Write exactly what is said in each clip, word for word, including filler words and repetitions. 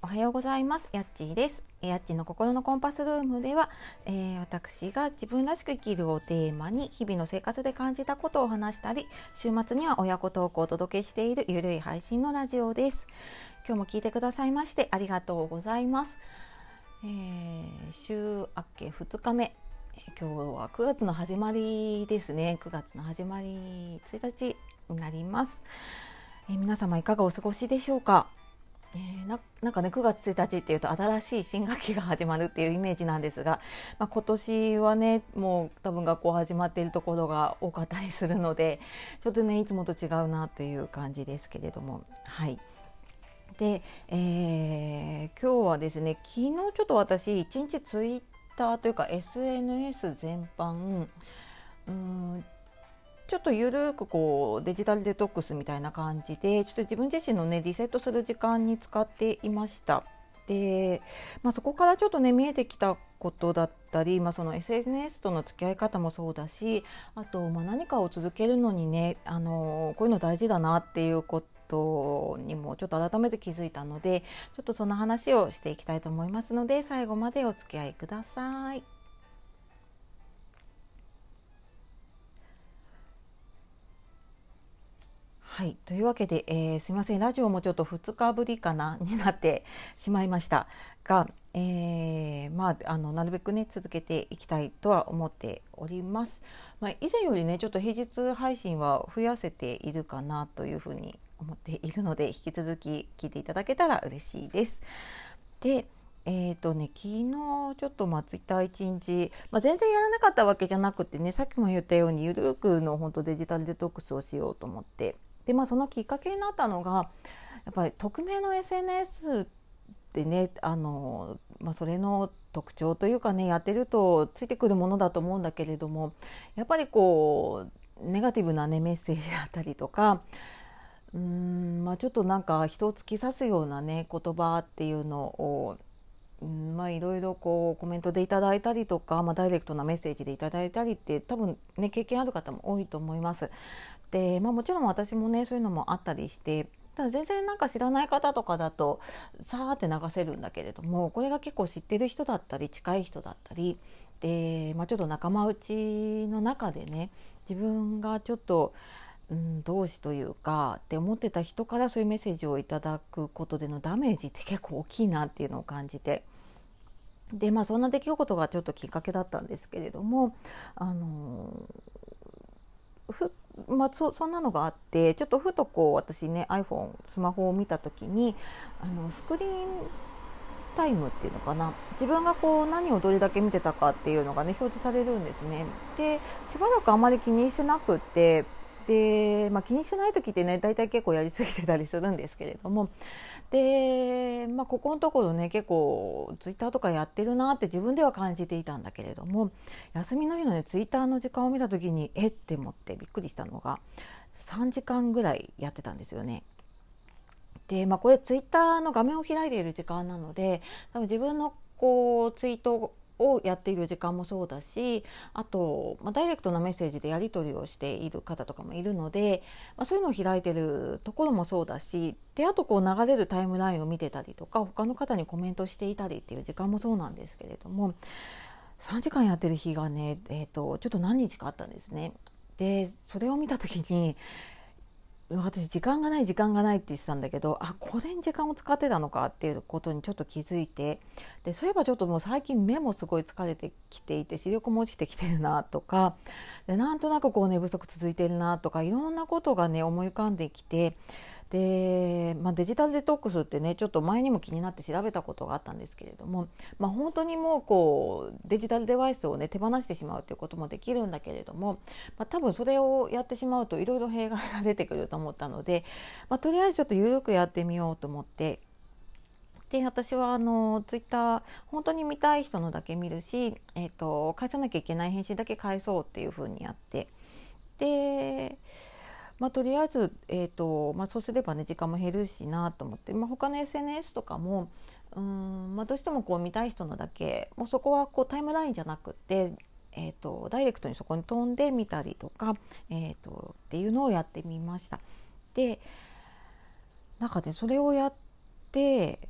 はようございます。やっちーです。やっちーの心のコンパスルームでは、えー、私が自分らしく生きるをテーマに日々の生活で感じたことを話したり、週末には親子トークをお届けしているゆるい配信のラジオです。今日も聞いてくださいましてありがとうございます。えー、週明けふつかめ、今日はくがつの始まりですね。くがつの始まりついたちになります。えー、皆様いかがお過ごしでしょうか。えー、な, なんかねくがつついたちっていうと新しい新学期が始まるっていうイメージなんですが、まあ、今年はねもう多分学校始まっているところが多かったりするのでちょっとねいつもと違うなという感じですけれども、はいで、えー、今日はですね昨日ちょっと私一日ツイッターというか エスエヌエス 全般うーんちょっとゆるくこうデジタルデトックスみたいな感じでちょっと自分自身のねリセットする時間に使っていました。で、まあ、そこからちょっとね見えてきたことだったり、まあ、その エスエヌエス との付き合い方もそうだし、あとまあ何かを続けるのにねあのこういうの大事だなっていうことにもちょっと改めて気づいたので、ちょっとその話をしていきたいと思いますので最後までお付き合いください。はい、というわけで、えー、すみませんラジオもちょっとふつかぶりかなになってしまいましたが、えーまあ、あのなるべくね続けていきたいとは思っております。まあ、以前よりねちょっと平日配信は増やせているかなというふうに思っているので引き続き聞いていただけたら嬉しいです。でえーとね、昨日ちょっとまあツイッター一日、まあ、全然やらなかったわけじゃなくてねさっきも言ったようにゆるくの本当デジタルデトックスをしようと思ってで、まあ、そのきっかけになったのがやっぱり匿名の エスエヌエス でねあの、まあ、それの特徴というかねやってるとついてくるものだと思うんだけれどもやっぱりこうネガティブな、ね、メッセージだったりとかうーん、まあ、ちょっとなんか人を突き刺すようなね言葉っていうのをうんまあ、いろいろこうコメントでいただいたりとか、まあ、ダイレクトなメッセージでいただいたりって多分ね経験ある方も多いと思います。で、まあ、もちろん私もねそういうのもあったりしてただ全然なんか知らない方とかだとさーって流せるんだけれどもこれが結構知ってる人だったり近い人だったりで、まあ、ちょっと仲間内の中でね自分がちょっとうん、同志というかって思ってた人からそういうメッセージをいただくことでのダメージって結構大きいなっていうのを感じてで、まあ、そんな出来事がちょっときっかけだったんですけれどもあのふ、まあ、そ, そんなのがあってちょっとふとこう私ね iPhone スマホを見た時にあのスクリーンタイムっていうのかな自分がこう何をどれだけ見てたかっていうのがね表示されるんですね。でしばらくあまり気にしてなくってで、まあ、気にしてない時ってねだいたい結構やりすぎてたりするんですけれどもで、まあ、ここのところね結構ツイッターとかやってるなって自分では感じていたんだけれども休みの日のねツイッターの時間を見た時にえって思ってびっくりしたのがさんじかんぐらいやってたんですよね。で、まあ、これツイッターの画面を開いている時間なので多分自分のこうツイートをやっている時間もそうだしあと、まあ、ダイレクトなメッセージでやり取りをしている方とかもいるので、まあ、そういうのを開いているところもそうだしであとこう流れるタイムラインを見てたりとか他の方にコメントしていたりっていう時間もそうなんですけれどもさんじかんやってる日がね、えーと、ちょっと何日かあったんですね。でそれを見た時に私時間がない時間がないって言ってたんだけどあこれに時間を使ってたのかっていうことにちょっと気づいてでそういえばちょっともう最近目もすごい疲れてきていて視力も落ちてきてるなとかでなんとなくこう寝不足続いてるなとかいろんなことがね思い浮かんできてで、まあ、デジタルデトックスってねちょっと前にも気になって調べたことがあったんですけれども、まあ、本当にもうこうデジタルデバイスをね手放してしまうということもできるんだけれども、まあ、多分それをやってしまうといろいろ弊害が出てくると思ったので、まあ、とりあえずちょっと緩くやってみようと思ってで私はあのツイッター本当に見たい人のだけ見るし、えーと、返さなきゃいけない返信だけ返そうっていう風にやってでまあ、とりあえず、えーとまあ、そうすればね時間も減るしなと思って、まあ、他の エスエヌエス とかもうーん、まあ、どうしてもこう見たい人のだけもうそこはこうタイムラインじゃなくて、えーと、ダイレクトにそこに飛んでみたりとか、えーと、っていうのをやってみました。でなんかねそれをやって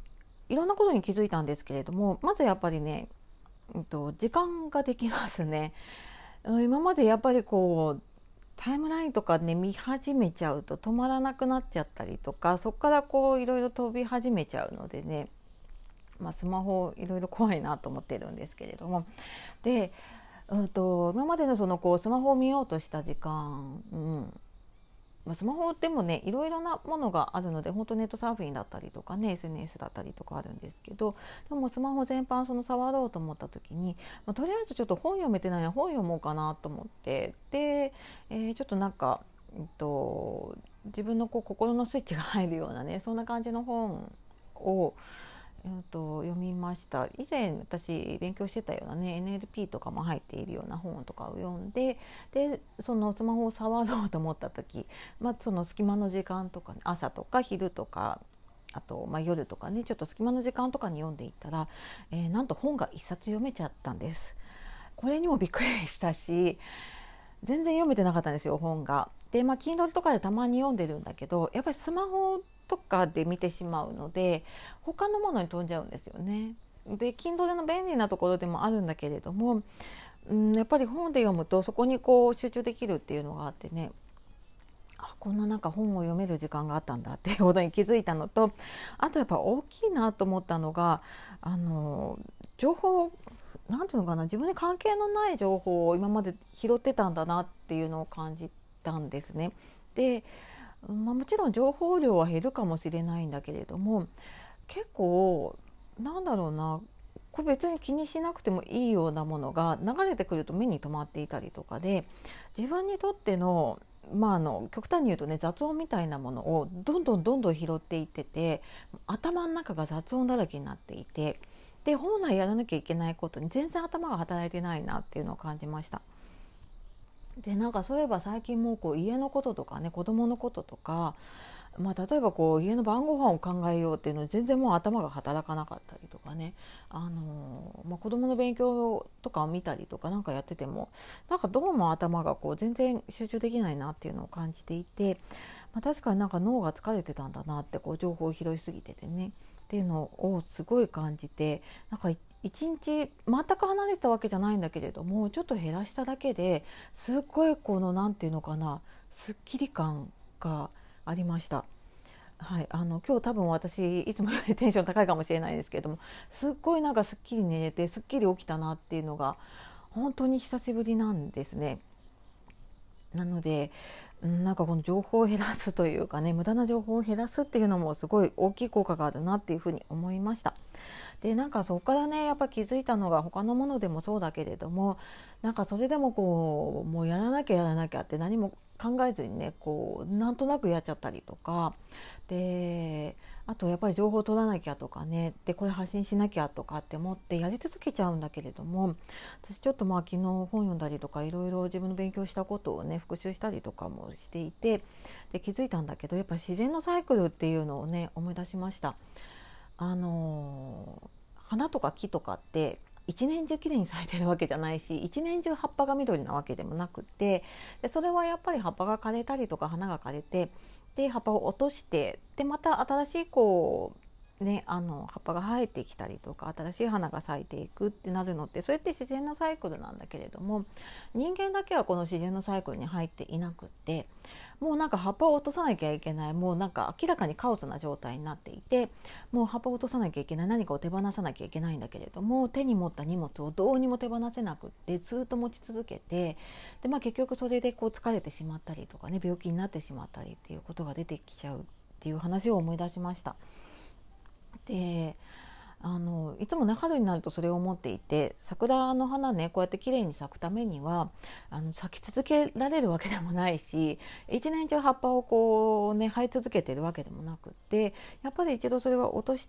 いろんなことに気づいたんですけれども、まずやっぱりね、うんと、時間ができますね。今までやっぱりこうタイムラインとかね見始めちゃうと止まらなくなっちゃったりとか、そこからこういろいろ飛び始めちゃうのでね、まあ、スマホいろいろ怖いなと思ってるんですけれども、で、うんと、今までのそのこうスマホを見ようとした時間、うんまあ、スマホでもねいろいろなものがあるので、本当ネットサーフィンだったりとかね エスエヌエス だったりとかあるんですけど、でもスマホ全般その触ろうと思った時に、まあ、とりあえずちょっと本読めてないな、本読もうかなと思って、で、えー、ちょっとなんか、えっと、自分のこう心のスイッチが入るようなね、そんな感じの本をえー、と読みました。以前私勉強してたようなね エヌエルピー とかも入っているような本とかを読んで、でそのスマホを触ろうと思った時、まあ、その隙間の時間とか、ね、朝とか昼とか、あと、まあ、夜とかね、ちょっと隙間の時間とかに読んでいったら、えー、なんと本が一冊読めちゃったんです。これにもびっくりしたし、全然読めてなかったんですよ、本が。で、まあ Kindle とかでたまに読んでるんだけど、やっぱりスマホとかで見てしまうので他のものに飛んじゃうんですよね。で Kindle の便利なところでもあるんだけれども、うん、やっぱり本で読むとそこにこう集中できるっていうのがあってね、あ、こんななんか本を読める時間があったんだっていうことに気づいたのと、あとやっぱ大きいなと思ったのが、あの情報なんていうのかな、自分に関係のない情報を今まで拾ってたんだなっていうのを感じたんですね。で、まあ、もちろん情報量は減るかもしれないんだけれども、結構なんだろうな、これ別に気にしなくてもいいようなものが流れてくると目に留まっていたりとかで、自分にとってのまあ、あの極端に言うとね、雑音みたいなものをどんどんどんどん拾っていってて、頭の中が雑音だらけになっていて、で本来やらなきゃいけないことに全然頭が働いてないなっていうのを感じました。でなんかそういえば最近もうこう家のこととかね、子供のこととか、まあ、例えばこう家の晩ご飯を考えようっていうのに全然もう頭が働かなかったりとかね、あの、まあ、子供の勉強とかを見たりとかなんかやってても、なんかどうも頭がこう全然集中できないなっていうのを感じていて、まあ、確かになんか脳が疲れてたんだなって、こう情報を拾いすぎててねっていうのをすごい感じて、なんか一日全く離れてたわけじゃないんだけれども、ちょっと減らしただけですっごいこのなんていうのかな、すっきり感がありました。はい、あの今日多分私いつもよりテンション高いかもしれないですけれども、すっごいなんかすっきり寝れてすっきり起きたなっていうのが本当に久しぶりなんですね。なので、なんかこの情報を減らすというかね、無駄な情報を減らすっていうのもすごい大きい効果があるなっていうふうに思いました。でなんかそこからねやっぱ気づいたのが、他のものでもそうだけれども、なんかそれでもこうもうやらなきゃやらなきゃって何も考えずにね、こうなんとなくやっちゃったりとかで、あとやっぱり情報を取らなきゃとかね、でこれ発信しなきゃとかって思ってやり続けちゃうんだけれども、私ちょっとまあ昨日本読んだりとかいろいろ自分の勉強したことをね復習したりとかもしていて、で気づいたんだけど、やっぱ自然のサイクルっていうのをね思い出しました。あの花とか木とかって一年中きれいに咲いてるわけじゃないし、一年中葉っぱが緑なわけでもなくて、でそれはやっぱり葉っぱが枯れたりとか花が枯れて、で葉っぱを落として、でまた新しいこうね、あの葉っぱが生えてきたりとか新しい花が咲いていくってなるのって、それって自然のサイクルなんだけれども、人間だけはこの自然のサイクルに入っていなくって、もうなんか葉っぱを落とさなきゃいけない、もうなんか明らかにカオスな状態になっていて、もう葉っぱを落とさなきゃいけない、何かを手放さなきゃいけないんだけれども、手に持った荷物をどうにも手放せなくってずっと持ち続けて、で、まあ、結局それでこう疲れてしまったりとかね、病気になってしまったりっていうことが出てきちゃうっていう話を思い出しました。であのいつもね春になるとそれを思っていて、桜の花ねこうやって綺麗に咲くためにはあの咲き続けられるわけでもないし、一年中葉っぱをこうね生え続けてるわけでもなくって、やっぱり一度それは落として、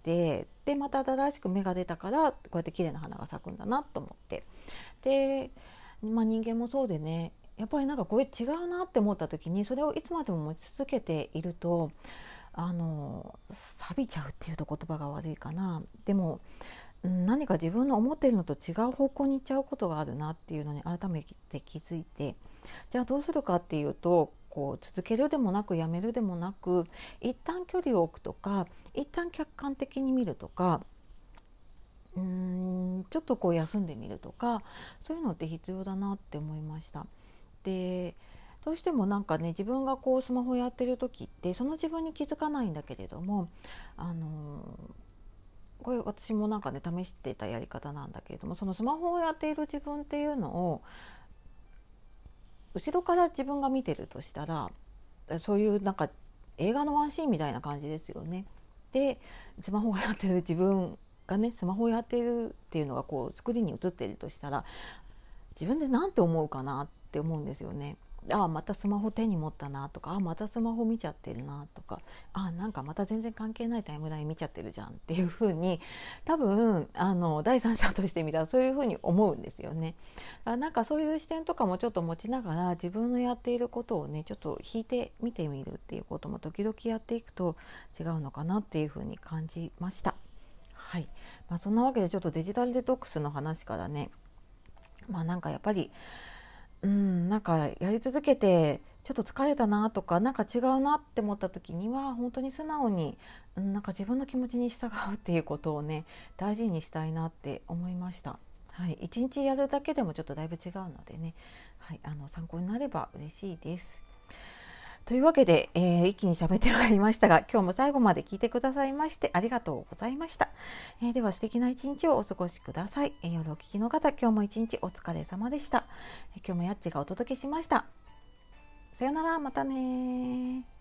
でまた新しく芽が出たからこうやって綺麗な花が咲くんだなと思って、で、まあ、人間もそうでね、やっぱりなんかこれ違うなって思った時にそれをいつまでも持ち続けていると、あの錆びちゃうっていうと言葉が悪いかな、でも何か自分の思っているのと違う方向に行っちゃうことがあるなっていうのに改めて気づいて、じゃあどうするかっていうと、こう続けるでもなくやめるでもなく、一旦距離を置くとか、一旦客観的に見るとか、 うーんちょっとこう休んでみるとか、そういうのって必要だなって思いました。でどうしてもなんかね、自分がこうスマホやってる時ってその自分に気づかないんだけれども、あのこれ私もなんかね試してたやり方なんだけれども、そのスマホをやっている自分っていうのを後ろから自分が見てるとしたら、そういうなんか映画のワンシーンみたいな感じですよね。でスマホをやってる自分がね、スマホをやっているっていうのがこうスクリーンに映っているとしたら、自分で何て思うかなって思うんですよね。ああまたスマホ手に持ったなとか、ああまたスマホ見ちゃってるなとか、ああなんかまた全然関係ないタイムライン見ちゃってるじゃんっていう風に、多分あの第三者として見たらそういう風に思うんですよね。あ、なんかそういう視点とかもちょっと持ちながら、自分のやっていることをねちょっと引いて見てみるっていうことも時々やっていくと違うのかなっていう風に感じました。はい、まあ、そんなわけでちょっとデジタルデトックスの話からね、まあなんかやっぱりうん、なんかやり続けてちょっと疲れたなとか、なんか違うなって思った時には本当に素直に、うん、なんか自分の気持ちに従うっていうことをね大事にしたいなって思いました。はい、一日やるだけでもちょっとだいぶ違うのでね、はい、あの参考になれば嬉しいです。というわけで、えー、一気に喋ってまいりましたが、今日も最後まで聞いてくださいましてありがとうございました。えー、では素敵な一日をお過ごしください。えー、夜お聞きの方、今日も一日お疲れ様でした。えー、今日もやっちがお届けしました。さよなら、またね。